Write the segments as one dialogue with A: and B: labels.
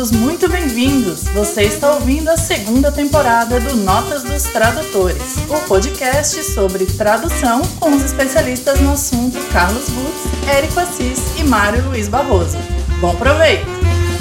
A: todos muito bem-vindos! Você está ouvindo a segunda temporada do Notas dos Tradutores, o podcast sobre tradução com os especialistas no assunto Carlos Rutz, Érico Assis e Mário Luiz Barroso. Bom proveito!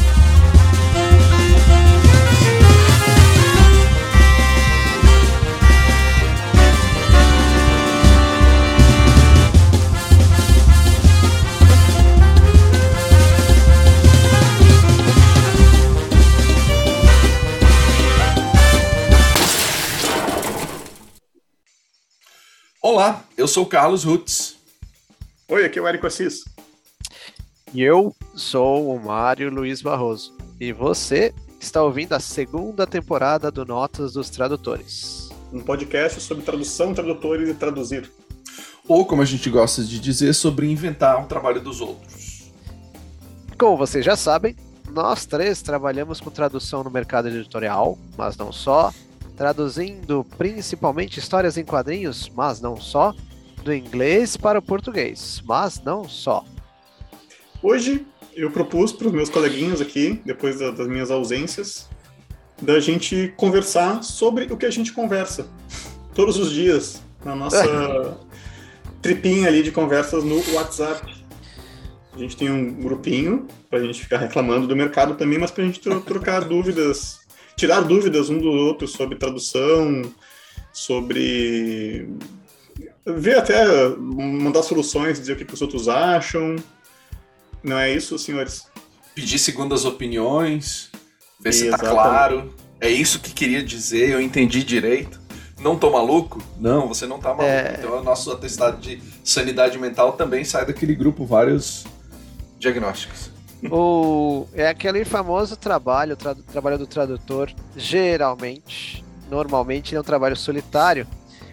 B: Olá, eu sou o Carlos Rutz.
C: Oi, aqui é o Érico Assis.
D: E eu sou o Mário Luiz Barroso. E você está ouvindo a segunda temporada do Notas dos Tradutores.
C: Um podcast sobre tradução, tradutores e traduzir.
B: Ou, como a gente gosta de dizer, sobre inventar o trabalho dos outros.
D: Como vocês já sabem, nós três trabalhamos com tradução no mercado editorial, mas não só. Traduzindo principalmente histórias em quadrinhos, mas não só, do inglês para o português, mas não só.
C: Hoje eu propus para os meus coleguinhas aqui, depois das minhas ausências, da gente conversar sobre o que a gente conversa todos os dias na nossa tripinha ali de conversas no WhatsApp. A gente tem um grupinho para a gente ficar reclamando do mercado também, mas para a gente trocar dúvidas, tirar dúvidas um do outro sobre tradução, sobre ver até, mandar soluções, dizer o que os outros acham. Não é isso, senhores?
B: Pedir segundas opiniões, ver se tá
C: Exatamente.
B: claro. É isso que queria dizer, eu entendi direito. Não tô maluco? Não, você não tá maluco. Então o nosso atestado de sanidade mental também sai daquele grupo, vários diagnósticos.
D: É aquele famoso trabalho, trabalho do tradutor, normalmente é um trabalho solitário,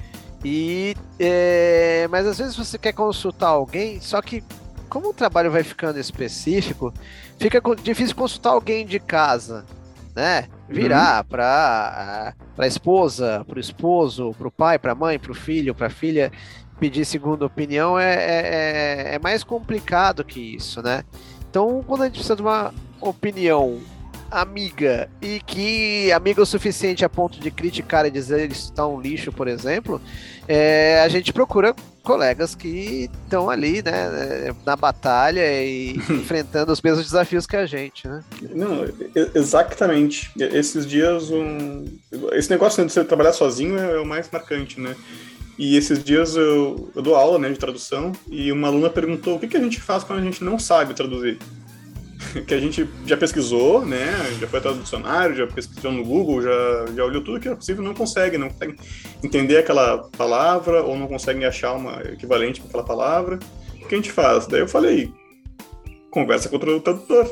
D: mas às vezes você quer consultar alguém, só que como o trabalho vai ficando específico, fica difícil consultar alguém de casa, né? Virar para a esposa, para o esposo, para o pai, para a mãe, para o filho, para a filha, pedir segunda opinião é mais complicado que isso, né? Então, quando a gente precisa de uma opinião amiga e que amiga o suficiente a ponto de criticar e dizer que isso está um lixo, por exemplo, a gente procura colegas que estão ali, né, na batalha e enfrentando os mesmos desafios que a gente, né?
C: Não, exatamente. Esses dias, esse negócio de você trabalhar sozinho é o mais marcante, né? E esses dias eu dou aula, né, de tradução, e uma aluna perguntou o que a gente faz quando a gente não sabe traduzir. Que a gente já pesquisou, né, já foi atrás do dicionário, já pesquisou no Google, já olhou tudo que é possível, não consegue entender aquela palavra, ou não consegue achar uma equivalente para aquela palavra. O que a gente faz? Daí eu falei, conversa com o tradutor.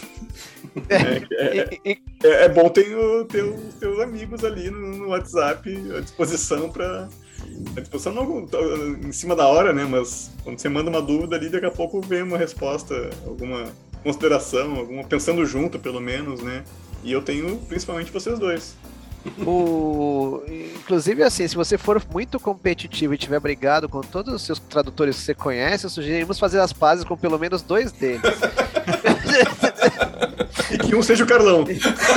C: É bom ter os teus amigos ali no WhatsApp à disposição não em cima da hora, né? Mas quando você manda uma dúvida ali, daqui a pouco vem uma resposta, alguma consideração, pensando junto, pelo menos, né? E eu tenho principalmente vocês dois.
D: Inclusive, assim, se você for muito competitivo e tiver brigado com todos os seus tradutores que você conhece, sugerimos fazer as pazes com pelo menos 2 deles.
C: E que um seja o Carlão.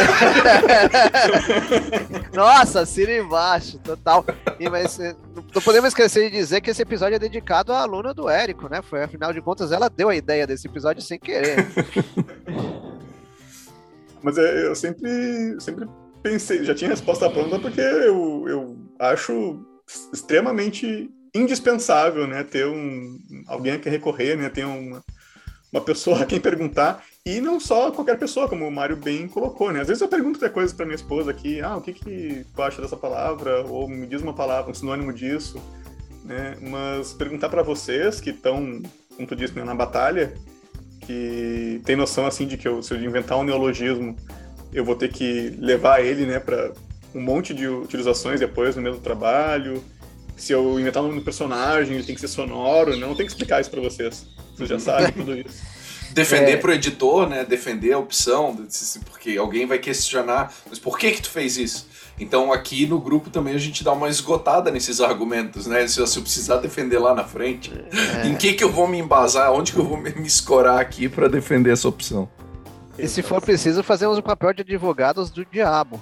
D: Nossa, assina embaixo, total. Mas não podemos esquecer de dizer que esse episódio é dedicado à aluna do Érico, né? Afinal de contas, ela deu a ideia desse episódio sem querer.
C: Mas eu sempre pensei, já tinha a resposta pronta, porque eu acho extremamente indispensável, né? Ter alguém a quem recorrer, né? Ter uma pessoa a quem perguntar, e não só qualquer pessoa, como o Mário bem colocou, né? Às vezes eu pergunto até coisas pra minha esposa aqui, o que tu acha dessa palavra? Ou me diz uma palavra, um sinônimo disso, né? Mas perguntar pra vocês que estão, como tu disse, né, na batalha, que tem noção, assim, de que se eu inventar um neologismo, eu vou ter que levar ele, né, pra um monte de utilizações depois no mesmo trabalho. Se eu inventar um personagem, ele tem que ser sonoro, não tem que explicar isso pra vocês. Vocês já sabem tudo isso.
B: Defender pro editor, né? Defender a opção, porque alguém vai questionar, mas por que tu fez isso? Então aqui no grupo também a gente dá uma esgotada nesses argumentos, né? Se eu precisar defender lá na frente, em que eu vou me embasar? Onde que eu vou me escorar aqui pra defender essa opção?
D: E se for preciso, fazemos o papel de advogados do diabo.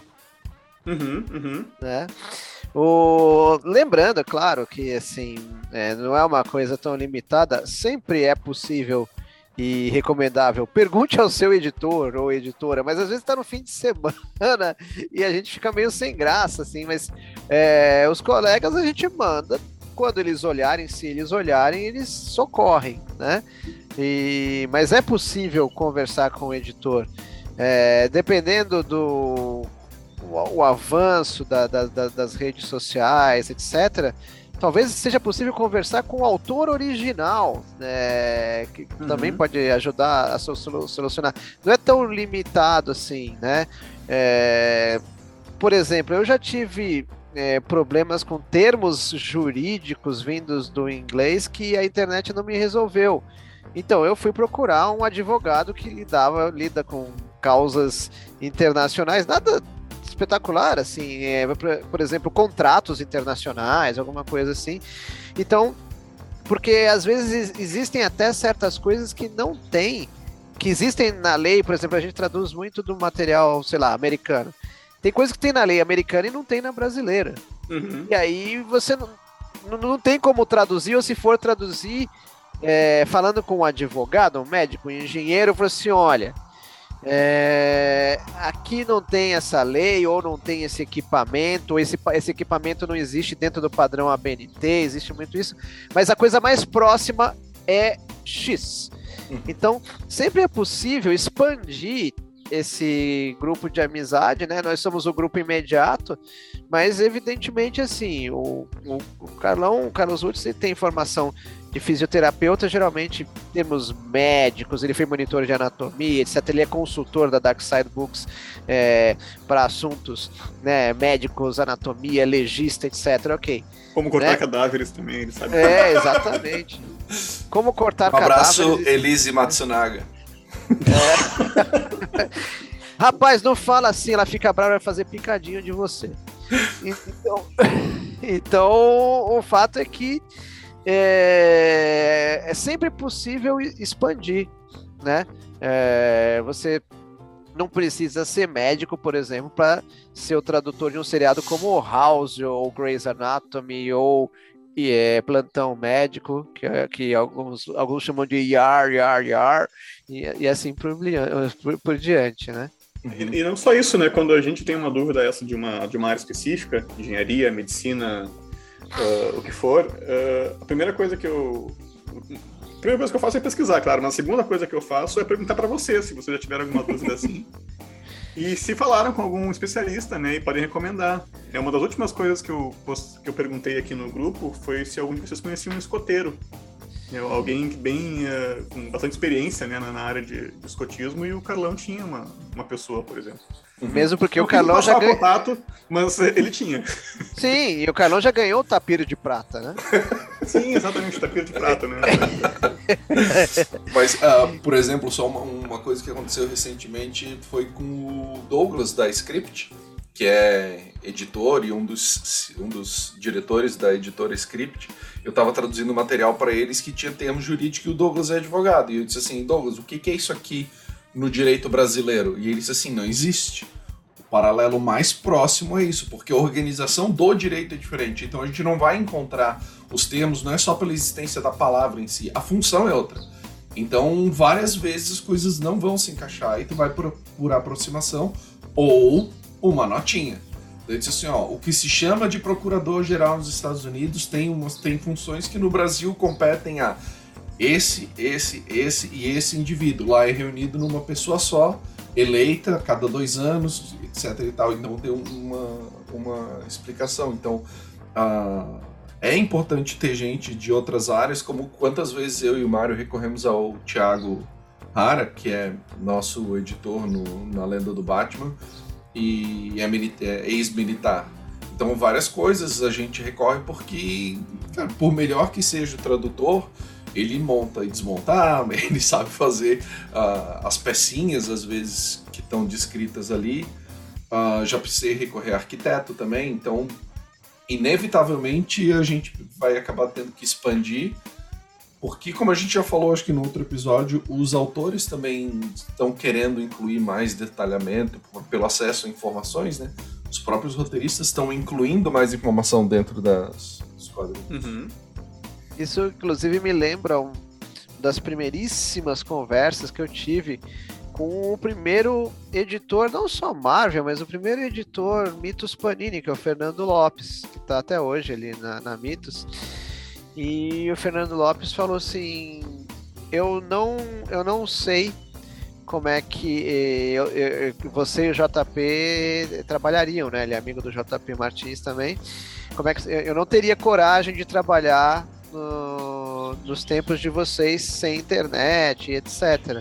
D: Né? Lembrando, claro, que assim, não é uma coisa tão limitada, sempre é possível e recomendável. Pergunte ao seu editor ou editora, mas às vezes está no fim de semana e a gente fica meio sem graça, assim, mas os colegas a gente manda, quando eles olharem, se eles olharem, eles socorrem, né? Mas é possível conversar com o editor, dependendo do avanço das redes sociais, etc., talvez seja possível conversar com o autor original, né, que também pode ajudar a solucionar. Não é tão limitado assim, né? Por exemplo, eu já tive problemas com termos jurídicos vindos do inglês que a internet não me resolveu. Então, eu fui procurar um advogado que lida com causas internacionais, nada espetacular, assim, por exemplo, contratos internacionais, alguma coisa assim. Então, porque às vezes existem até certas coisas que não tem, que existem na lei, por exemplo, a gente traduz muito do material, sei lá, americano. Tem coisas que tem na lei americana e não tem na brasileira. E aí você não tem como traduzir, ou se for traduzir, falando com um advogado, um médico, um engenheiro, eu falo assim, olha, aqui não tem essa lei, ou não tem esse equipamento, ou esse equipamento não existe dentro do padrão ABNT, existe muito isso, mas a coisa mais próxima é X. Então, sempre é possível expandir esse grupo de amizade, né? Nós somos o grupo imediato, mas evidentemente assim, o Carlos Woods tem formação de fisioterapeuta, geralmente temos médicos, ele foi monitor de anatomia, etc. Ele é consultor da Dark Side Books para assuntos, né, médicos, anatomia, legista, etc. Ok.
C: Como cortar cadáveres também, ele sabe.
D: Exatamente. Como cortar
B: cadáveres. Um abraço,
D: cadáveres.
B: Elise Matsunaga.
D: Rapaz, não fala assim, ela fica brava, vai fazer picadinho de você. Então o fato é que é sempre possível expandir, né? Você não precisa ser médico, por exemplo, para ser o tradutor de um seriado como House ou Grey's Anatomy ou Plantão Médico, que alguns chamam de YAR, e assim por diante, né?
C: E não só isso, né? Quando a gente tem uma dúvida essa de uma área específica, engenharia, medicina, o que for, a primeira coisa que eu faço é pesquisar, claro, mas a segunda coisa que eu faço é perguntar para você, se você já tiver alguma dúvida assim. E se falaram com algum especialista, né, e podem recomendar. Uma das últimas coisas que eu perguntei aqui no grupo foi se algum de vocês conhecia um escoteiro. Alguém com bastante experiência, né, na área de escotismo, e o Carlão tinha uma pessoa, por exemplo.
D: Mesmo porque o Carlão já ganhou
C: contato, mas ele tinha.
D: Sim, e o Carlão já ganhou o tapiro de prata, né?
C: Sim, exatamente, o tapiro de prata, né?
B: Mas, por exemplo, só uma coisa que aconteceu recentemente foi com o Douglas da Script, que é editor e um dos diretores da editora Script. Eu estava traduzindo material para eles que tinha termo jurídico e o Douglas é advogado. E eu disse assim, Douglas, o que é isso aqui no direito brasileiro? E ele disse assim, não existe. O paralelo mais próximo é isso, porque a organização do direito é diferente. Então a gente não vai encontrar os termos, não é só pela existência da palavra em si, a função é outra. Então várias vezes as coisas não vão se encaixar e tu vai por aproximação ou uma notinha. Eu disse assim, o que se chama de procurador-geral nos Estados Unidos tem funções que no Brasil competem a esse e esse indivíduo. Lá é reunido numa pessoa só, eleita a cada 2 anos, etc. e tal. Então tem uma explicação. Então é importante ter gente de outras áreas, como quantas vezes eu e o Mário recorremos ao Thiago Hara, que é nosso editor na Lenda do Batman, e é ex-militar. Então várias coisas a gente recorre porque, cara, por melhor que seja o tradutor, ele monta e desmontar, ele sabe fazer as pecinhas, às vezes, que estão descritas ali. Já precisei recorrer a arquiteto também, então inevitavelmente a gente vai acabar tendo que expandir Porque, como a gente já falou, acho que no outro episódio, os autores também estão querendo incluir mais detalhamento pelo acesso a informações, né? Os próprios roteiristas estão incluindo mais informação dentro dos quadrinhos.
C: Uhum.
D: Isso, inclusive, me lembra das primeiríssimas conversas que eu tive com o primeiro editor, não só Marvel, mas o primeiro editor Mythos Panini, que é o Fernando Lopes, que está até hoje ali na Mythos. E o Fernando Lopes falou assim: eu não sei como é que você e o JP trabalhariam, né? Ele é amigo do JP Martins também. Como é que eu não teria coragem de trabalhar nos tempos de vocês sem internet, etc.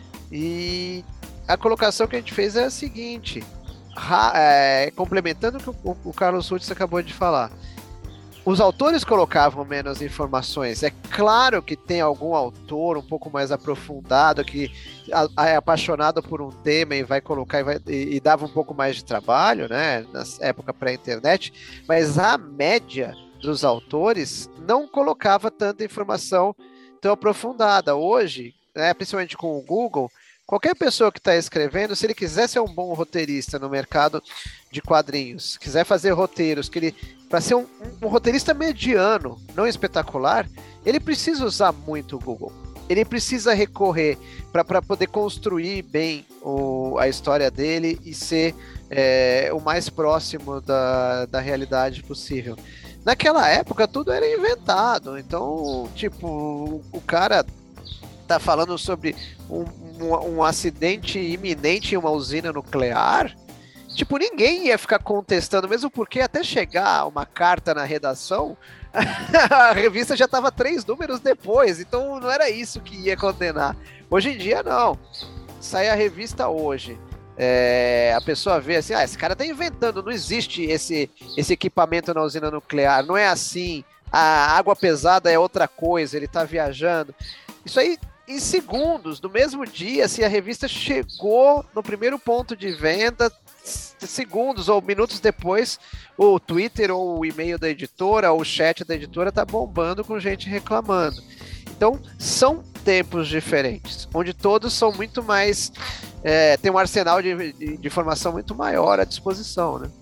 D: E a colocação que a gente fez é a seguinte, complementando o que o Carlos Rutz acabou de falar. Os autores colocavam menos informações. É claro que tem algum autor um pouco mais aprofundado que é apaixonado por um tema e vai colocar e dava um pouco mais de trabalho, né? Na época pré-internet, mas a média dos autores não colocava tanta informação tão aprofundada. Hoje, né, principalmente com o Google, qualquer pessoa que está escrevendo, se ele quiser ser um bom roteirista no mercado de quadrinhos, quiser fazer roteiros, para ser um roteirista mediano, não espetacular, ele precisa usar muito o Google. Ele precisa recorrer para poder construir bem a história dele e ser o mais próximo da realidade possível. Naquela época, tudo era inventado. Então, tipo, o cara tá falando sobre um acidente iminente em uma usina nuclear, tipo, ninguém ia ficar contestando, mesmo porque até chegar uma carta na redação, a revista já estava 3 números depois, então não era isso que ia condenar. Hoje em dia, não. Sai a revista hoje. A pessoa vê assim, esse cara tá inventando, não existe esse equipamento na usina nuclear, não é assim, a água pesada é outra coisa, ele tá viajando. Isso aí, em segundos, no mesmo dia, assim, a revista chegou no primeiro ponto de venda, segundos ou minutos depois, o Twitter ou o e-mail da editora, ou o chat da editora tá bombando com gente reclamando. Então, são tempos diferentes, onde todos são muito mais... tem um arsenal de informação muito maior à disposição, né?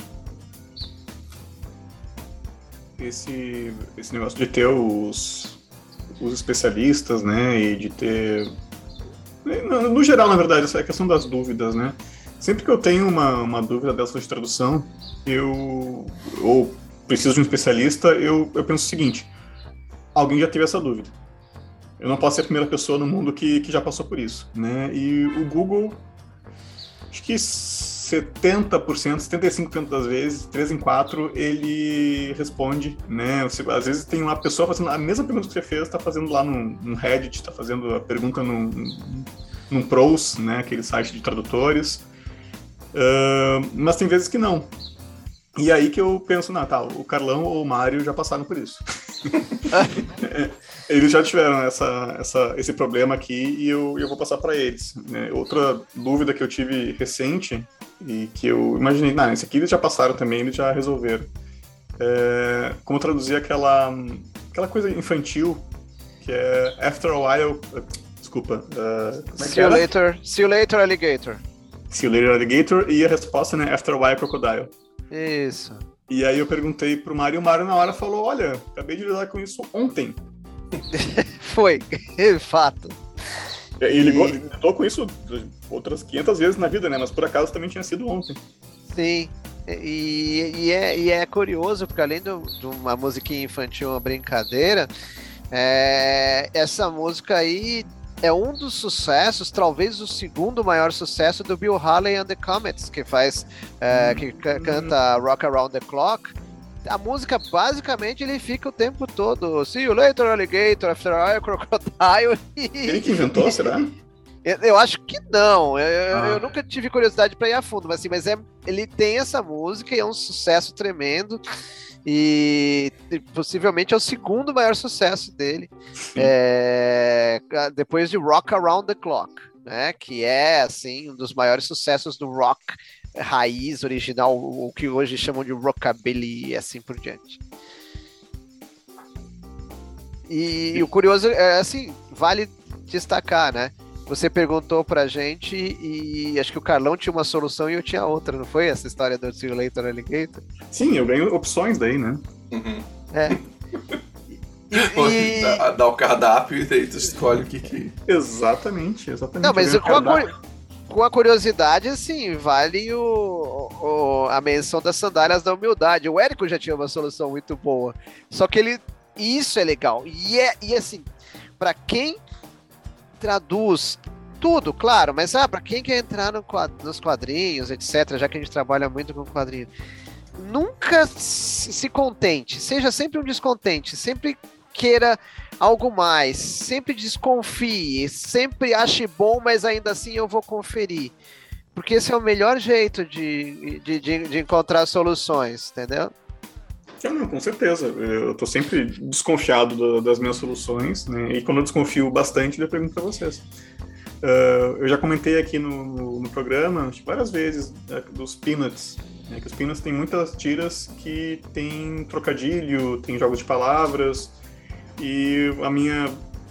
C: Esse negócio de ter os especialistas, né, e de ter... No geral, na verdade, essa é a questão das dúvidas, né? Sempre que eu tenho uma dúvida dessa de tradução, ou preciso de um especialista, eu penso o seguinte: alguém já teve essa dúvida. Eu não posso ser a primeira pessoa no mundo que já passou por isso, né? E o Google, acho que 70%, 75% das vezes, 3 em 4, ele responde, né? Às vezes tem uma pessoa fazendo a mesma pergunta que você fez, está fazendo lá no Reddit, está fazendo a pergunta num Prose, né? Aquele site de tradutores. Mas tem vezes que não. E aí que eu penso, o Carlão ou o Mário já passaram por isso. Eles já tiveram esse problema aqui e eu vou passar para eles, né? Outra dúvida que eu tive recente e que eu imaginei, esse aqui eles já passaram também, eles já resolveram. Como traduzir aquela coisa infantil que é After a While... Desculpa. Como é que era?
D: See you later, alligator.
C: See you later, alligator. E a resposta, né? After a While, crocodile.
D: Isso.
C: E aí eu perguntei pro Mário, e o Mário na hora falou: olha, acabei de lidar com isso ontem.
D: Foi, fato.
C: Ele lidou com isso outras 500 vezes na vida, né? Mas por acaso também tinha sido ontem.
D: Sim. E é curioso, porque além de uma musiquinha infantil, uma brincadeira, essa música aí é um dos sucessos, talvez o segundo maior sucesso do Bill Haley and the Comets, que faz, que canta Rock Around the Clock. A música, basicamente, ele fica o tempo todo See you later, alligator, after a while, crocodile.
C: Ele que inventou, será?
D: Eu acho que não. Eu nunca tive curiosidade para ir a fundo, mas ele tem essa música e é um sucesso tremendo. E possivelmente é o segundo maior sucesso dele, depois de Rock Around the Clock, né? Que é assim um dos maiores sucessos do rock raiz original, o que hoje chamam de rockabilly e assim por diante. E o curioso é assim, vale destacar, né? Você perguntou pra gente e acho que o Carlão tinha uma solução e eu tinha outra, não foi essa história do See You Later Alligator?
C: Sim, eu ganho opções daí, né?
D: É.
B: Dá o cardápio e daí tu escolhe o que...
C: Exatamente.
D: Não, mas com a curiosidade, assim, vale a menção das sandálias da humildade. O Érico já tinha uma solução muito boa. Só que isso é legal. E assim, pra quem traduz tudo, claro, mas para quem quer entrar nos quadrinhos, etc., já que a gente trabalha muito com quadrinho, nunca se contente, seja sempre um descontente, sempre queira algo mais, sempre desconfie, sempre ache bom, mas ainda assim eu vou conferir, porque esse é o melhor jeito de encontrar soluções, entendeu?
C: Não, com certeza. Eu tô sempre desconfiado das minhas soluções, né? E quando eu desconfio bastante, eu pergunto para vocês. Eu já comentei aqui no programa várias vezes dos Peanuts, né? Que os Peanuts têm muitas tiras que tem trocadilho, tem jogos de palavras, e a minha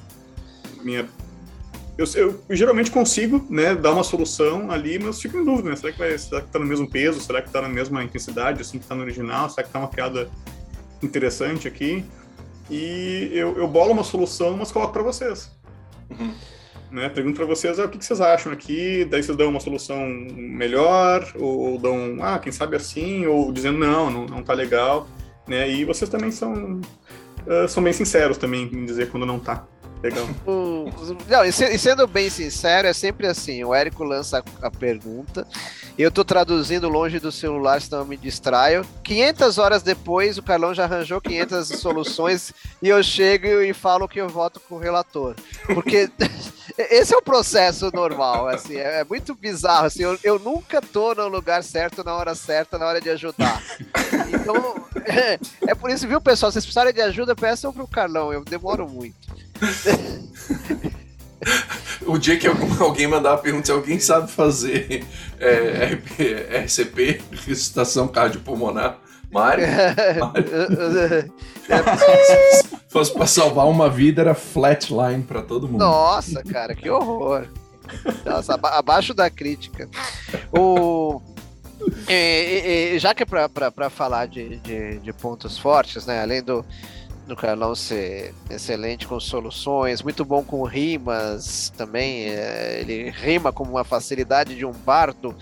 C: eu geralmente consigo, né, dar uma solução ali, mas fico em dúvida, né? Será que tá no mesmo peso? Será que tá na mesma intensidade, assim, que tá no original? Será que tá uma piada interessante aqui? E eu bolo uma solução, mas coloco para vocês. Né? Pergunto para vocês o que vocês acham aqui, daí vocês dão uma solução melhor, ou dão, quem sabe assim, ou dizendo não tá legal, né? E vocês também são bem sinceros também em dizer quando não tá legal.
D: Não, e sendo bem sincero, é sempre assim, o Érico lança a pergunta, eu tô traduzindo longe do celular, senão eu me distraio. 500 horas depois, o Carlão já arranjou 500 soluções e eu chego e falo que eu voto com o relator. Porque esse é o processo normal, assim, é muito bizarro, assim, eu nunca tô no lugar certo, na hora certa, na hora de ajudar. Então, é por isso, viu, pessoal, se vocês precisarem de ajuda, peçam pro Carlão, eu demoro muito.
B: O dia que alguém mandar uma pergunta se alguém sabe fazer RCP, ressuscitação cardiopulmonar, Mário? Se fosse pra salvar uma vida, era flatline pra todo mundo.
D: Nossa, cara, que horror. Nossa, abaixo da crítica. Já que é pra falar de pontos fortes, né, além do Carlão ser excelente com soluções, muito bom com rimas também, ele rima com uma facilidade de um bardo.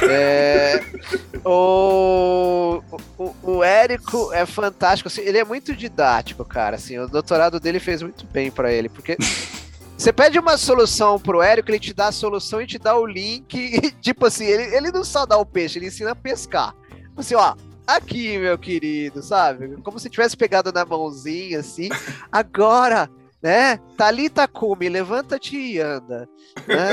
D: O Érico é fantástico, assim, ele é muito didático, cara, assim, o doutorado dele fez muito bem pra ele, porque você pede uma solução pro Érico, ele te dá a solução e te dá o link, e, tipo assim, ele não só dá o peixe, ele ensina a pescar. Assim, ó, aqui, meu querido, sabe? Como se tivesse pegado na mãozinha, assim. Agora, né? Thalita Kumi, levanta-te e anda. Né?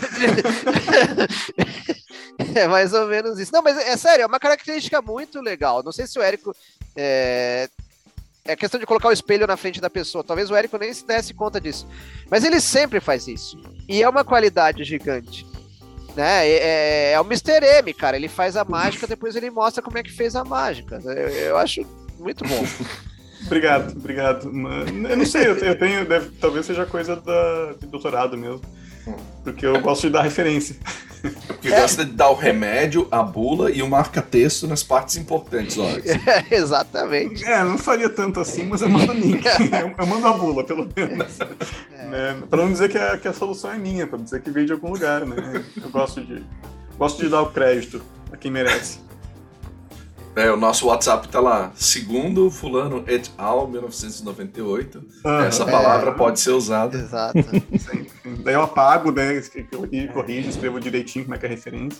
D: É mais ou menos isso. Não, mas é sério, é uma característica muito legal. Não sei se o Érico... É questão de colocar o espelho na frente da pessoa. Talvez o Érico nem se desse conta disso. Mas ele sempre faz isso. E é uma qualidade gigante. Né? É o Mr. M, cara. Ele faz a mágica, depois ele mostra como é que fez a mágica. Eu acho muito bom.
C: Obrigado. Eu não sei, eu tenho. Talvez seja coisa de doutorado mesmo. Porque eu gosto de dar referência.
B: Porque gosta de dar o remédio, a bula e o marca-texto nas partes importantes.
D: Exatamente.
C: Não faria tanto assim, mas eu mando o link. Eu mando a bula, pelo menos. Né? Para não dizer que a solução é minha, para dizer que veio de algum lugar. Né? Eu gosto de dar o crédito a quem merece.
B: O nosso WhatsApp tá lá, segundo fulano et al. 1998. Essa palavra pode ser usada.
D: Exato.
C: Daí eu apago, né? Corrijo, escrevo direitinho como é que é a referência.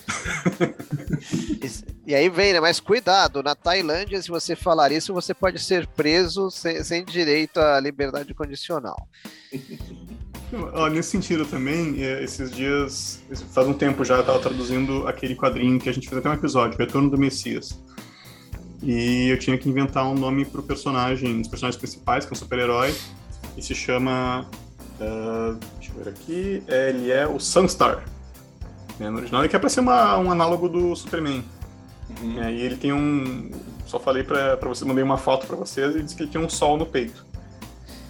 D: E aí vem, né? Mas cuidado, na Tailândia, se você falar isso, você pode ser preso sem direito à liberdade condicional.
C: Nesse sentido também, esses dias, faz um tempo já, eu estava traduzindo aquele quadrinho que a gente fez até um episódio, Retorno do Messias. E eu tinha que inventar um nome para o personagem, um dos personagens principais, que é um super-herói, e se chama, deixa eu ver aqui, ele é o Sunstar. No original ele quer para ser um análogo do Superman. E ele tem só falei para vocês, mandei uma foto para vocês e disse que ele tem um sol no peito.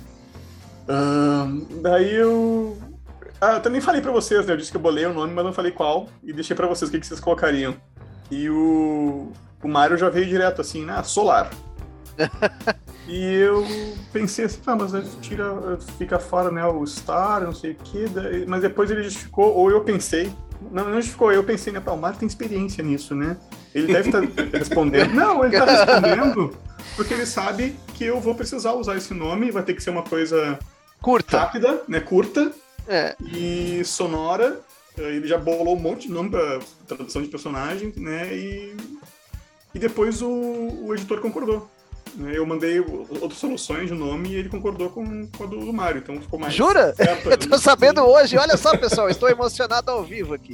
C: Daí eu também falei pra vocês, né? Eu disse que eu bolei o nome, mas não falei qual. E deixei pra vocês o que vocês colocariam. E o Mário já veio direto assim, Solar. E eu pensei assim, mas fica fora, né, o Star, não sei o quê. Mas depois ele justificou, ou eu pensei. Não justificou, eu pensei, né? O Mário tem experiência nisso, né? Ele deve estar respondendo. Não, ele tá respondendo porque ele sabe que eu vou precisar usar esse nome, vai ter que ser uma coisa
D: curta,
C: rápida, né? Curta e sonora. Ele já bolou um monte de nome para tradução de personagem, né? E depois o editor concordou. Eu mandei outras soluções de nome e ele concordou com a do Mário, então ficou mais...
D: Jura?
C: Certo.
D: Eu tô sabendo hoje, olha só, pessoal, estou emocionado ao vivo aqui.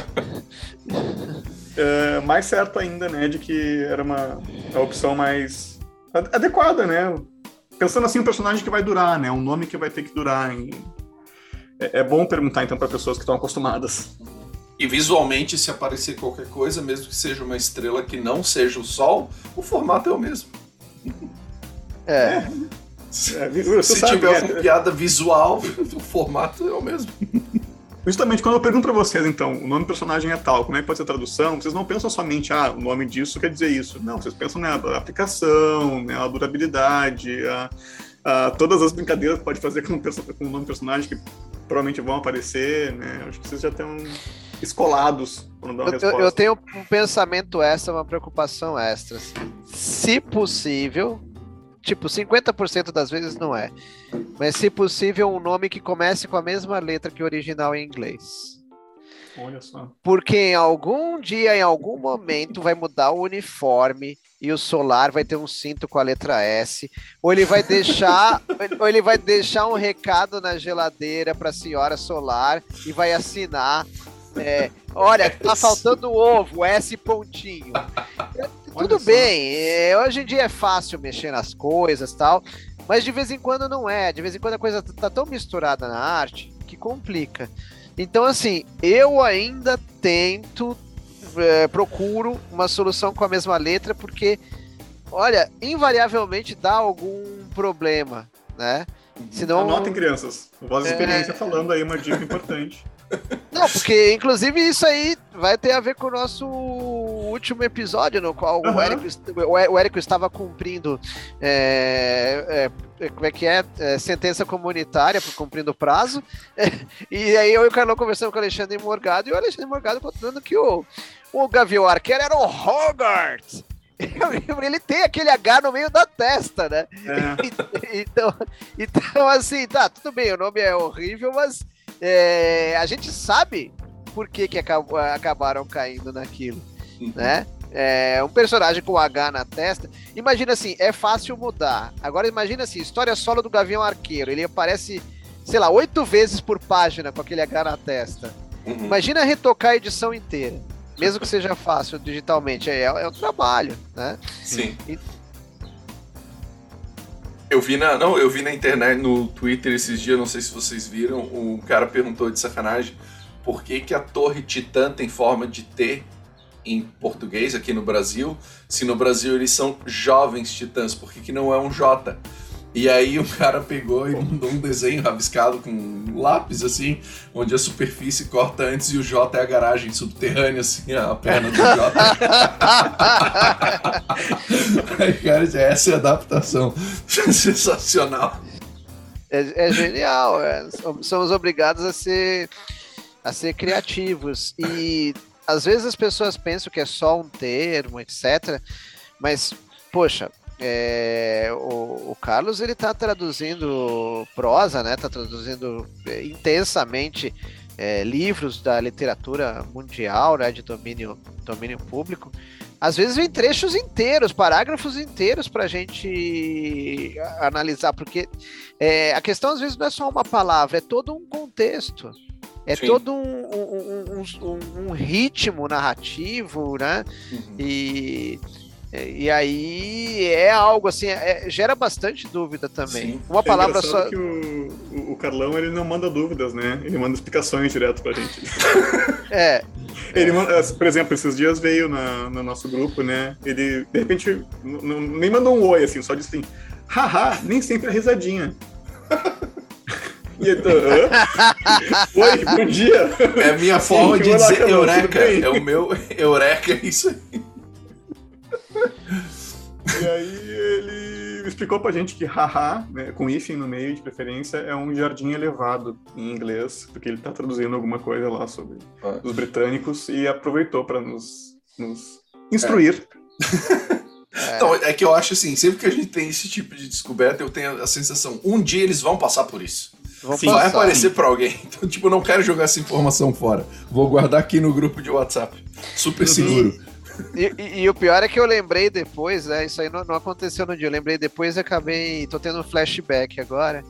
C: Mais certo ainda, né, de que era a opção mais adequada, né? Pensando assim, um personagem que vai durar, né? Um nome que vai ter que durar. É bom perguntar, então, para pessoas que estão acostumadas.
B: E visualmente, se aparecer qualquer coisa, mesmo que seja uma estrela que não seja o Sol, o formato é o mesmo. Se tiver uma piada visual, o formato é o mesmo.
C: Justamente quando eu pergunto pra vocês, então, o nome do personagem é tal, como é que pode ser a tradução, vocês não pensam somente, o nome disso quer dizer isso. Não, vocês pensam na aplicação, né, a durabilidade, todas as brincadeiras que pode fazer com o nome do personagem que provavelmente vão aparecer, né? Acho que vocês já estão escolados quando dão a resposta.
D: Eu tenho um pensamento extra, uma preocupação extra. Assim. Se possível, tipo, 50% das vezes não é, mas se possível um nome que comece com a mesma letra que o original em inglês.
C: Olha só.
D: Porque em algum dia, em algum momento, vai mudar o uniforme e o Solar vai ter um cinto com a letra S, ou ele vai deixar, um recado na geladeira para a senhora Solar e vai assinar. Olha, tá faltando ovo, S pontinho. Tudo bem, hoje em dia é fácil mexer nas coisas e tal, mas de vez em quando não é. De vez em quando a coisa tá tão misturada na arte que complica. Então, assim, eu ainda procuro uma solução com a mesma letra, porque, olha, invariavelmente dá algum problema, né? Senão...
C: Anotem, crianças. Voz de experiência falando aí uma dica importante.
D: Não, porque inclusive isso aí vai ter a ver com o nosso último episódio, no qual o Érico estava cumprindo como é que sentença comunitária, cumprindo o prazo, e aí eu e o Carlão conversamos com o Alexandre Morgado, e o Alexandre Morgado contando que o Gavião Arqueiro era o Hogarth. Ele tem aquele H no meio da testa, né? Então, assim, tá, tudo bem, o nome é horrível, mas a gente sabe por que acabaram caindo naquilo, né? Um personagem com H na testa. Imagina assim, é fácil mudar. Agora imagina assim, história solo do Gavião Arqueiro. Ele aparece, sei lá, 8 vezes por página com aquele H na testa. Imagina retocar a edição inteira. Mesmo que seja fácil digitalmente. É um trabalho, né?
B: Sim. Eu vi na internet, no Twitter esses dias, não sei se vocês viram, um cara perguntou de sacanagem por que a Torre Titã tem forma de T em português aqui no Brasil, se no Brasil eles são jovens titãs, por que não é um J? E aí o cara pegou e mandou um desenho rabiscado com um lápis, assim, onde a superfície corta antes e o J é a garagem subterrânea, assim, a perna do J. Aí, cara, essa é a adaptação. Sensacional.
D: É genial. Somos obrigados a ser criativos. E às vezes as pessoas pensam que é só um termo, etc. Mas, poxa... o Carlos, ele tá traduzindo prosa, né? Tá traduzindo intensamente livros da literatura mundial, né? De domínio público. Às vezes vem trechos inteiros, parágrafos inteiros pra gente analisar, porque a questão às vezes não é só uma palavra, é todo um contexto. Sim. Todo um ritmo narrativo, né? E aí é algo assim, gera bastante dúvida também. Sim. Uma palavra só.
C: Que o Carlão, ele não manda dúvidas, né? Ele manda explicações direto pra gente. Ele manda, por exemplo, esses dias veio no nosso grupo, né? Ele, de repente, nem mandou um oi, assim, só disse assim: haha, nem sempre é risadinha. E então, oi, bom dia.
B: É a minha forma de
C: olá,
B: dizer
C: Carlão,
B: eureka.
C: tudo bem?
B: É o meu eureka, é isso aí.
C: E aí ele explicou pra gente que haha, né, com hífen no meio de preferência, é um jardim elevado em inglês, porque ele tá traduzindo alguma coisa lá sobre os britânicos e aproveitou para nos instruir.
B: Então, é que eu acho assim, sempre que a gente tem esse tipo de descoberta, eu tenho a sensação, um dia eles vão passar por isso. Vai aparecer pra alguém. Então, tipo, eu não quero jogar essa informação fora. Vou guardar aqui no grupo de WhatsApp. Super seguro.
D: E o pior é que eu lembrei depois, né? Isso aí não aconteceu no dia. Eu lembrei depois e acabei. Tô tendo um flashback agora.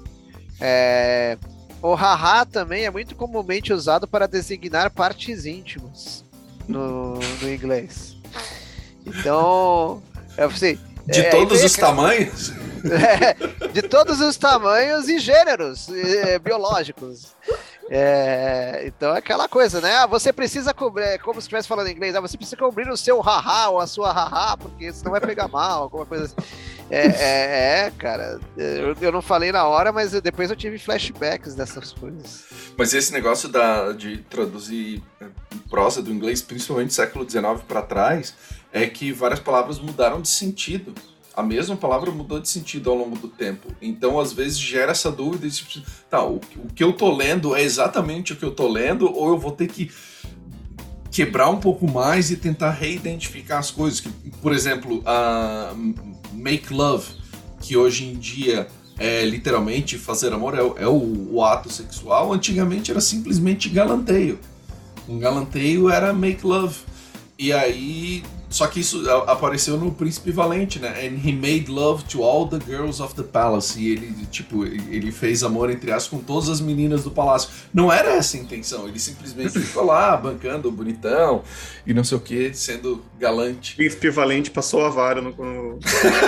D: O haha também é muito comumente usado para designar partes íntimas no inglês. Então, assim,
B: de todos os tamanhos?
D: De todos os tamanhos e gêneros biológicos. Então é aquela coisa, né? Você precisa cobrir, como se estivesse falando em inglês, você precisa cobrir o seu haha ou a sua haha, porque senão vai pegar mal, alguma coisa assim. Cara, eu não falei na hora, mas depois eu tive flashbacks dessas coisas.
B: Mas esse negócio de traduzir prosa do inglês, principalmente século XIX para trás, é que várias palavras mudaram de sentido. A mesma palavra mudou de sentido ao longo do tempo. Então, às vezes, gera essa dúvida de, tipo, tá, o que eu tô lendo é exatamente o que eu tô lendo, ou eu vou ter que quebrar um pouco mais e tentar reidentificar as coisas. Por exemplo, a make love, que hoje em dia é literalmente fazer amor, é o ato sexual. Antigamente era simplesmente galanteio. Um galanteio era make love. E aí... Só que isso apareceu no Príncipe Valente, né? And he made love to all the girls of the palace. E ele fez amor, entre aspas, com todas as meninas do palácio. Não era essa a intenção. Ele simplesmente ficou lá, bancando o bonitão e não sei o que, sendo galante.
C: Príncipe Valente passou a vara no palácio.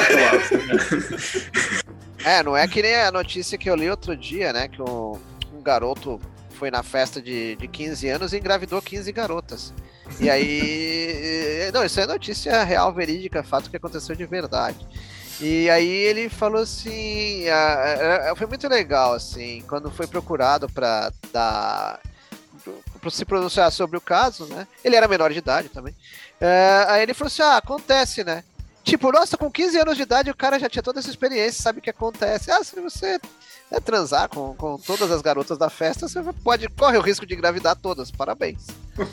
D: Não é que nem a notícia que eu li outro dia, né? Que um garoto foi na festa de 15 anos e engravidou 15 garotas. E aí... Não, isso é notícia real, verídica, fato que aconteceu de verdade. E aí ele falou assim... foi muito legal, assim, quando foi procurado para se pronunciar sobre o caso, né? Ele era menor de idade também. Aí ele falou assim, acontece, né? Tipo, nossa, com 15 anos de idade o cara já tinha toda essa experiência, sabe o que acontece. Se você transar com todas as garotas da festa, você corre o risco de engravidar todas. Parabéns.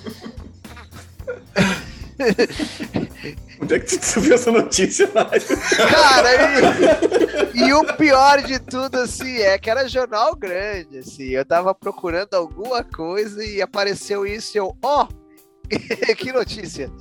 C: Onde é que você viu essa notícia, Mário?
D: Cara, e o pior de tudo, assim, é que era jornal grande, assim. Eu tava procurando alguma coisa e apareceu isso e eu, que notícia.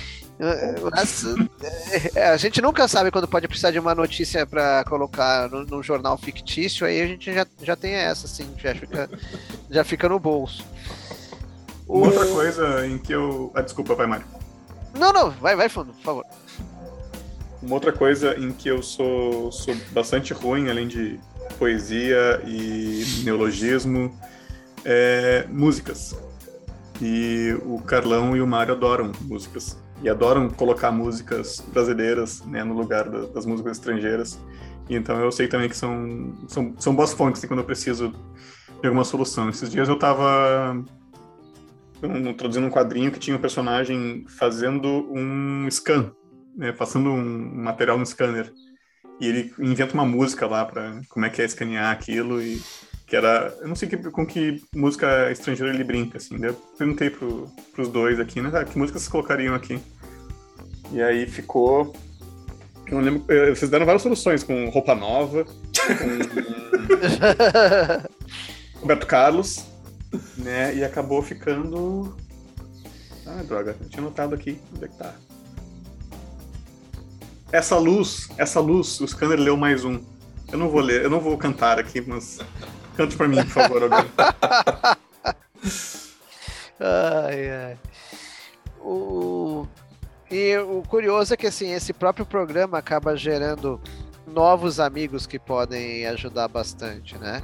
D: A gente nunca sabe quando pode precisar de uma notícia para colocar num jornal fictício, aí a gente já tem essa, assim, já fica no bolso.
C: Uma outra coisa em que eu... desculpa, vai, Mário.
D: Não, vai fundo, por favor.
C: Uma outra coisa em que eu sou bastante ruim, além de poesia e neologismo, é músicas. E o Carlão e o Mário adoram músicas. E adoram colocar músicas brasileiras, né, no lugar das músicas estrangeiras. E então eu sei também que são boas fontes quando eu preciso de alguma solução. Esses dias eu estava traduzindo um quadrinho que tinha um personagem fazendo um scan, né, passando um material no scanner. E ele inventa uma música lá para como é que é escanear aquilo e que era, eu não sei com que música estrangeira ele brinca, assim, daí eu perguntei pros dois aqui, né, que músicas vocês colocariam aqui? E aí ficou, eu não lembro, vocês deram várias soluções, com Roupa Nova, com Roberto Carlos, né, e acabou ficando, droga, eu tinha anotado aqui, onde é que tá? Essa luz, o scanner leu mais um. Eu não vou ler, eu não vou cantar aqui, mas cante pra mim, por favor, alguém.
D: Ai. E o curioso é que, assim, esse próprio programa acaba gerando novos amigos que podem ajudar bastante, né?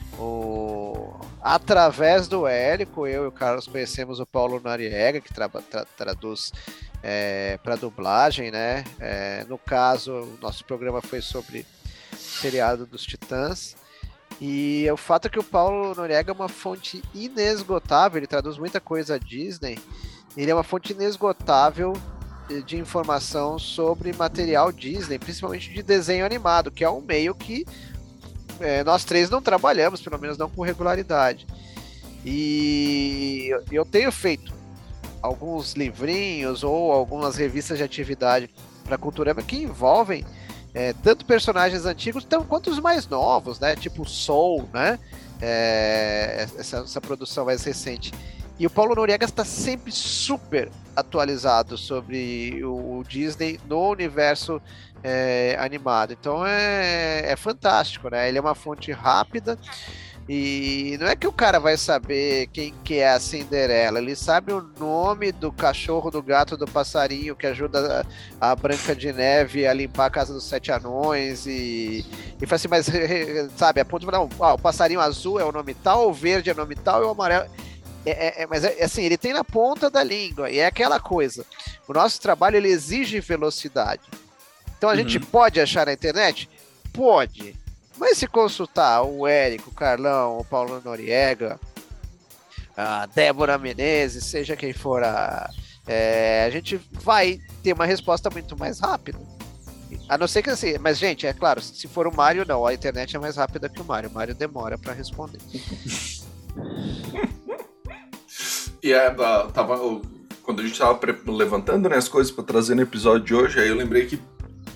D: Através do Érico, eu e o Carlos conhecemos o Paulo Noriega, que traduz para dublagem, né? No caso, o nosso programa foi sobre o seriado dos Titãs. E o fato é que o Paulo Noriega é uma fonte inesgotável, ele traduz muita coisa a Disney, ele é uma fonte inesgotável de informação sobre material Disney, principalmente de desenho animado, que é um meio que nós três não trabalhamos, pelo menos não com regularidade. E eu tenho feito alguns livrinhos ou algumas revistas de atividade para Culturama que envolvem tanto personagens antigos quanto os mais novos, né? Tipo Soul, né? Essa produção mais recente. E o Paulo Noriega está sempre super atualizado sobre o Disney no universo animado. Então é fantástico, né? Ele é uma fonte rápida. E não é que o cara vai saber quem que é a Cinderela, ele sabe o nome do cachorro, do gato, do passarinho que ajuda a Branca de Neve a limpar a casa dos 7 anões e fala assim, mas sabe, a ponto de falar, o passarinho azul é o nome tal, o verde é o nome tal e o amarelo... Mas assim, ele tem na ponta da língua, e é aquela coisa, o nosso trabalho ele exige velocidade. Então a gente pode achar na internet? Pode. Mas se consultar o Érico, o Carlão, o Paulo Noriega, a Débora Menezes, seja quem for, a gente vai ter uma resposta muito mais rápida. A não ser que assim, mas gente, é claro, se for o Mário, não, a internet é mais rápida que o Mário demora para responder.
B: E quando a gente estava levantando, né, as coisas para trazer no episódio de hoje, aí eu lembrei que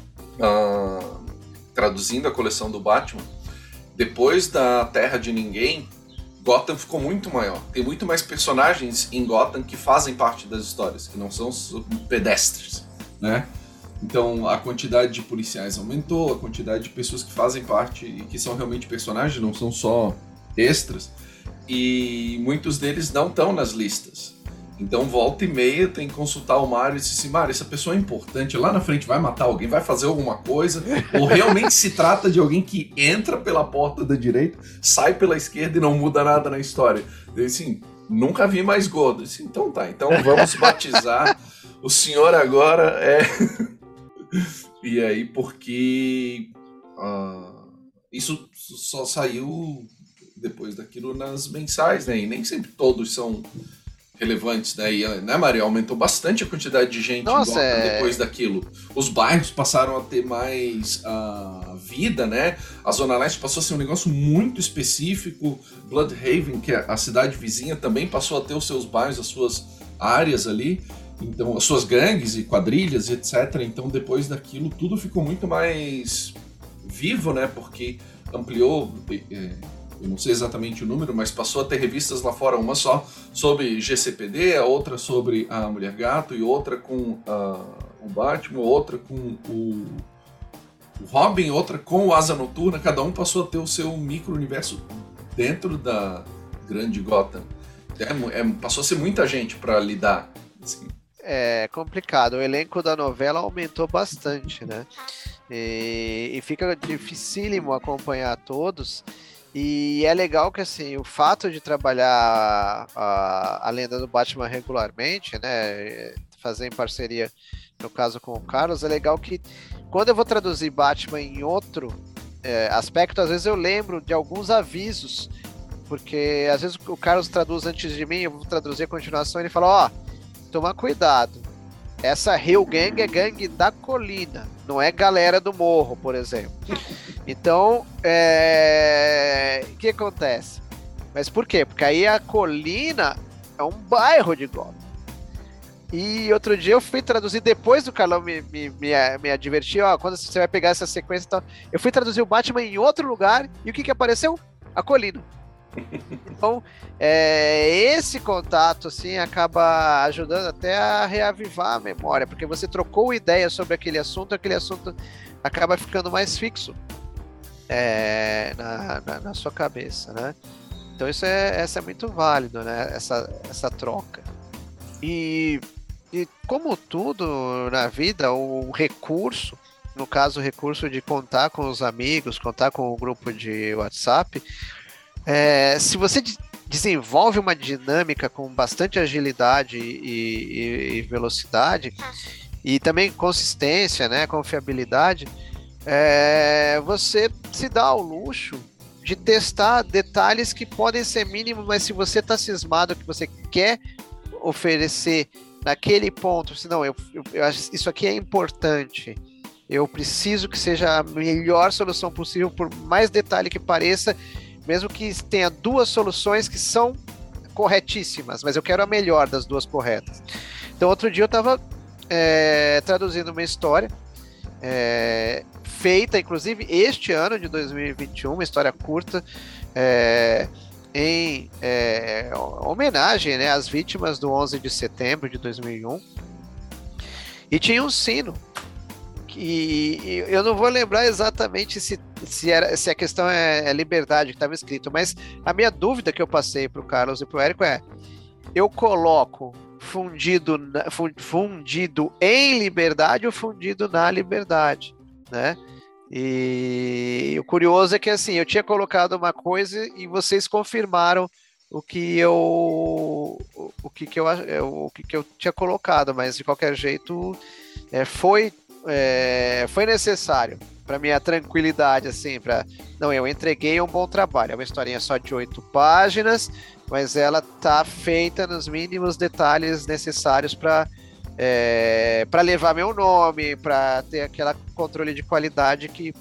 B: traduzindo a coleção do Batman, depois da Terra de Ninguém, Gotham ficou muito maior. Tem muito mais personagens em Gotham que fazem parte das histórias, que não são pedestres, né? Então a quantidade de policiais aumentou, a quantidade de pessoas que fazem parte e que são realmente personagens, não são só extras, e muitos deles não estão nas listas. Então, volta e meia, tem que consultar o Mário e dizer assim, Mário, essa pessoa é importante, lá na frente vai matar alguém, vai fazer alguma coisa, ou realmente se trata de alguém que entra pela porta da direita, sai pela esquerda e não muda nada na história. Eu assim, nunca vi mais Gordo. Eu disse, então tá, então vamos batizar o senhor agora E aí, porque isso só saiu depois daquilo nas mensais, né? E nem sempre todos são relevantes, né? E, né, Maria? Aumentou bastante a quantidade de gente depois daquilo. Os bairros passaram a ter mais vida, né? A Zona Leste passou a ser um negócio muito específico. Bloodhaven, que é a cidade vizinha, também passou a ter os seus bairros, as suas áreas ali. Então, as suas gangues e quadrilhas, etc. Então, depois daquilo, tudo ficou muito mais vivo, né? Porque ampliou... eu não sei exatamente o número, mas passou a ter revistas lá fora, uma só sobre GCPD, a outra sobre a Mulher Gato, e outra com o Batman, outra com o Robin, outra com o Asa Noturna. Cada um passou a ter o seu micro-universo dentro da grande Gotham. Passou a ser muita gente para lidar. Assim.
D: É complicado, o elenco da novela aumentou bastante, né? E fica dificílimo acompanhar todos. E é legal que, assim, o fato de trabalhar a lenda do Batman regularmente, né, fazer em parceria, no caso com o Carlos, é legal que quando eu vou traduzir Batman em outro aspecto, às vezes eu lembro de alguns avisos, porque às vezes o Carlos traduz antes de mim, eu vou traduzir a continuação, e ele fala, toma cuidado, essa Hill Gang é gangue da colina, não é galera do morro, por exemplo. Então, o que acontece? Mas por quê? Porque aí a colina é um bairro de Gotham. E outro dia eu fui traduzir, depois do Carlão me advertir, quando você vai pegar essa sequência e tal, eu fui traduzir o Batman em outro lugar, e o que apareceu? A colina. Então, esse contato assim acaba ajudando até a reavivar a memória, porque você trocou ideia sobre aquele assunto acaba ficando mais fixo na sua cabeça, né? Então isso é muito válido, né? Essa troca. E como tudo na vida, o recurso, no caso o recurso de contar com os amigos, contar com o grupo de WhatsApp, se você desenvolve uma dinâmica com bastante agilidade e velocidade, e também consistência, né, confiabilidade, você se dá ao luxo de testar detalhes que podem ser mínimos, mas se você está cismado que você quer oferecer naquele ponto, se não, eu acho isso aqui é importante, eu preciso que seja a melhor solução possível, por mais detalhe que pareça, mesmo que tenha duas soluções que são corretíssimas, mas eu quero a melhor das duas corretas. Então, outro dia eu estava traduzindo uma história feita, inclusive, este ano de 2021, uma história curta, em homenagem, né, às vítimas do 11 de setembro de 2001, e tinha um sino, que eu não vou lembrar exatamente se a questão é liberdade que estava escrito, mas a minha dúvida que eu passei para o Carlos e para o Érico eu coloco fundido em liberdade ou fundido na liberdade, né? E o curioso é que assim, eu tinha colocado uma coisa e vocês confirmaram o que eu tinha colocado, mas de qualquer jeito foi necessário para minha tranquilidade, assim, eu entreguei um bom trabalho, é uma historinha só de 8 páginas, mas ela tá feita nos mínimos detalhes necessários para levar meu nome, para ter aquele controle de qualidade que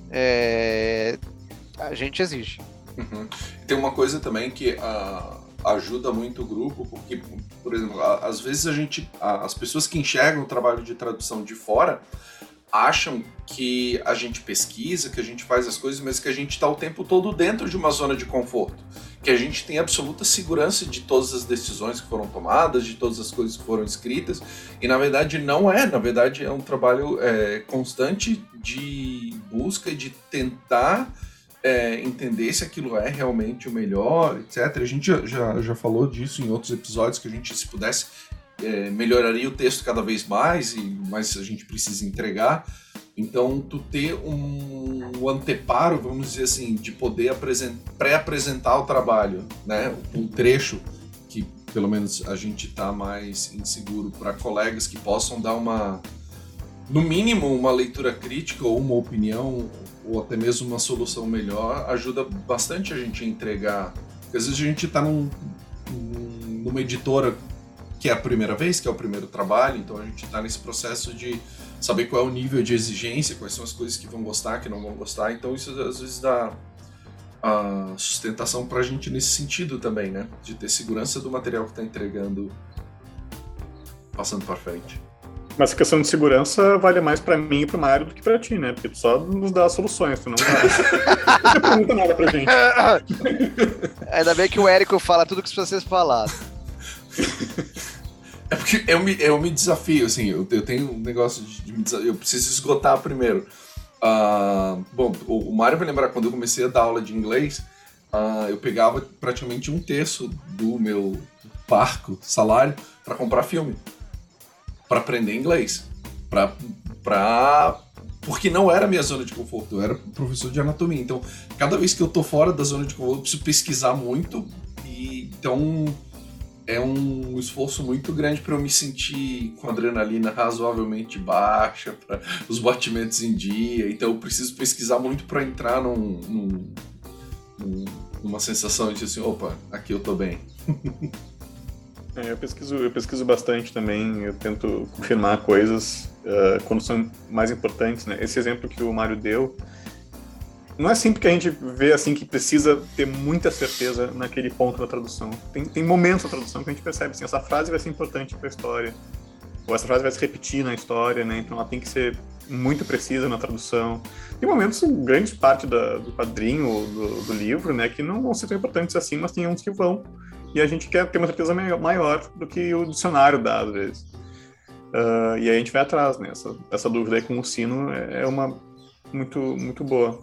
D: a gente exige.
B: Uhum. Tem uma coisa também que ajuda muito o grupo, porque, por exemplo, às vezes as pessoas que enxergam o trabalho de tradução de fora acham que a gente pesquisa, que a gente faz as coisas, mas que a gente está o tempo todo dentro de uma zona de conforto, que a gente tem absoluta segurança de todas as decisões que foram tomadas, de todas as coisas que foram escritas, e na verdade não é, na verdade é um trabalho constante de busca e de tentar entender se aquilo é realmente o melhor, etc. A gente já falou disso em outros episódios, que a gente, se pudesse, melhoraria o texto cada vez mais, mas a gente precisa entregar. Então, tu ter um anteparo, vamos dizer assim, de poder pré-apresentar o trabalho, né? Um trecho que, pelo menos, a gente está mais inseguro, para colegas que possam dar no mínimo, uma leitura crítica ou uma opinião, ou até mesmo uma solução melhor, ajuda bastante a gente a entregar. Porque às vezes a gente está numa editora que é a primeira vez, que é o primeiro trabalho, então a gente está nesse processo de saber qual é o nível de exigência, quais são as coisas que vão gostar, que não vão gostar, então isso às vezes dá a sustentação para a gente nesse sentido também, né? De ter segurança do material que está entregando, passando para frente.
C: Mas a questão de segurança vale mais pra mim e pro Mário do que pra ti, né? Porque tu só nos dá soluções, tu não pergunta nada pra gente.
D: Ainda bem que o Érico fala tudo que vocês falaram.
B: É porque eu me desafio, assim, eu tenho um negócio de me desafiar, eu preciso esgotar primeiro. Bom, o Mário vai lembrar, quando eu comecei a dar aula de inglês, eu pegava praticamente 1/3 do meu parco salário para comprar filme, para aprender inglês, porque não era a minha zona de conforto, eu era professor de anatomia, então cada vez que eu tô fora da zona de conforto eu preciso pesquisar muito, e então é um esforço muito grande para eu me sentir com adrenalina razoavelmente baixa, para os batimentos em dia, então eu preciso pesquisar muito para entrar numa sensação de assim, opa, aqui eu tô bem.
C: Eu pesquiso bastante também, eu tento confirmar coisas quando são mais importantes, né? Esse exemplo que o Mário deu, não é sempre que a gente vê assim que precisa ter muita certeza naquele ponto da tradução. Tem momentos da tradução que a gente percebe assim, essa frase vai ser importante para a história, ou essa frase vai se repetir na história, né? Então ela tem que ser muito precisa na tradução. Tem momentos, grande parte do quadrinho ou do livro, né, que não vão ser tão importantes assim, mas tem uns que vão. E a gente quer ter uma certeza maior do que o dicionário dá, às vezes. E aí a gente vai atrás, né? Essa dúvida aí com o sino é uma muito, muito boa.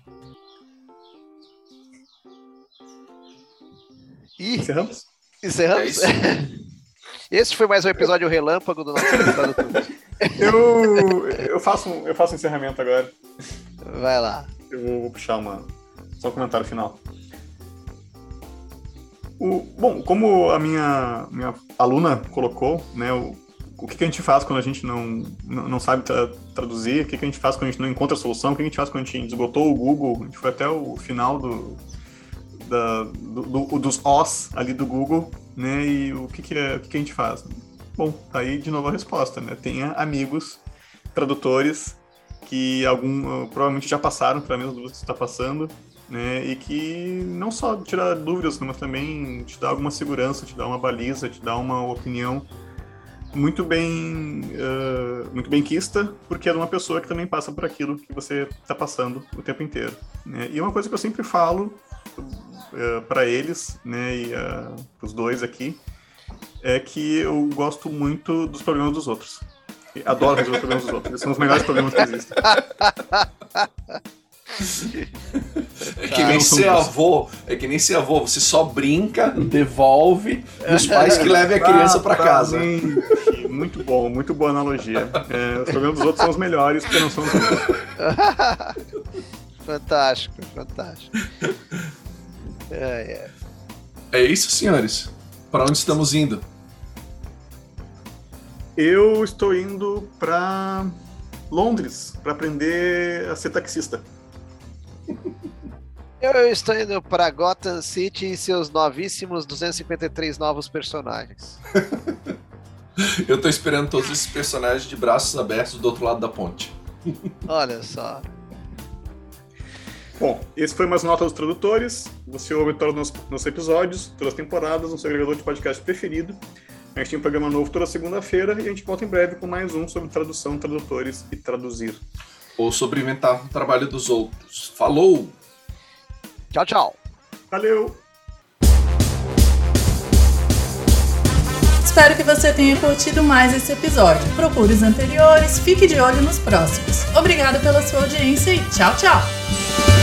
C: Encerramos?
D: Encerramos? Esse foi mais um episódio relâmpago do nosso Tradutor.
C: Eu faço um encerramento agora.
D: Vai lá.
C: Eu vou puxar só um comentário final. Bom, como a minha aluna colocou, né, o que a gente faz quando a gente não sabe traduzir, o que a gente faz quando a gente não encontra a solução, o que a gente faz quando a gente esgotou o Google, a gente foi até o final dos Os ali do Google, né? E o que a gente faz? Bom, tá aí de novo a resposta, né? Tenha amigos tradutores que provavelmente já passaram pela mesma dúvida que você está passando, né? E que não só tirar dúvidas, mas também te dá alguma segurança, te dá uma baliza, te dá uma opinião muito bem quista, porque é de uma pessoa que também passa por aquilo que você está passando o tempo inteiro, né? E uma coisa que eu sempre falo para eles, né, e os dois aqui, é que eu gosto muito dos problemas dos outros. Adoro resolver os problemas dos outros. Eles são os melhores problemas que existem.
B: É que nem ser avô. É que nem ser avô. Você só brinca, devolve, e os pais que levem a criança para casa.
C: Muito bom, muito boa analogia. Os problemas dos outros são os melhores, porque não são os meus.
D: Fantástico.
B: É isso, senhores. Para onde estamos indo?
C: Eu estou indo para Londres para aprender a ser taxista.
D: Eu estou indo para Gotham City e seus novíssimos 253 novos personagens.
B: Eu tô esperando todos esses personagens de braços abertos do outro lado da ponte.
D: Olha só.
C: Bom, esse foi mais Notas dos Tradutores. Você ouve todos os nossos episódios, todas as temporadas, no seu agregador de podcast preferido. A gente tem um programa novo toda segunda-feira e a gente volta em breve com mais um sobre tradução, tradutores e traduzir.
B: Ou sobre inventar o trabalho dos outros. Falou!
D: Tchau.
C: Valeu!
A: Espero que você tenha curtido mais esse episódio. Procure os anteriores, fique de olho nos próximos. Obrigada pela sua audiência e tchau!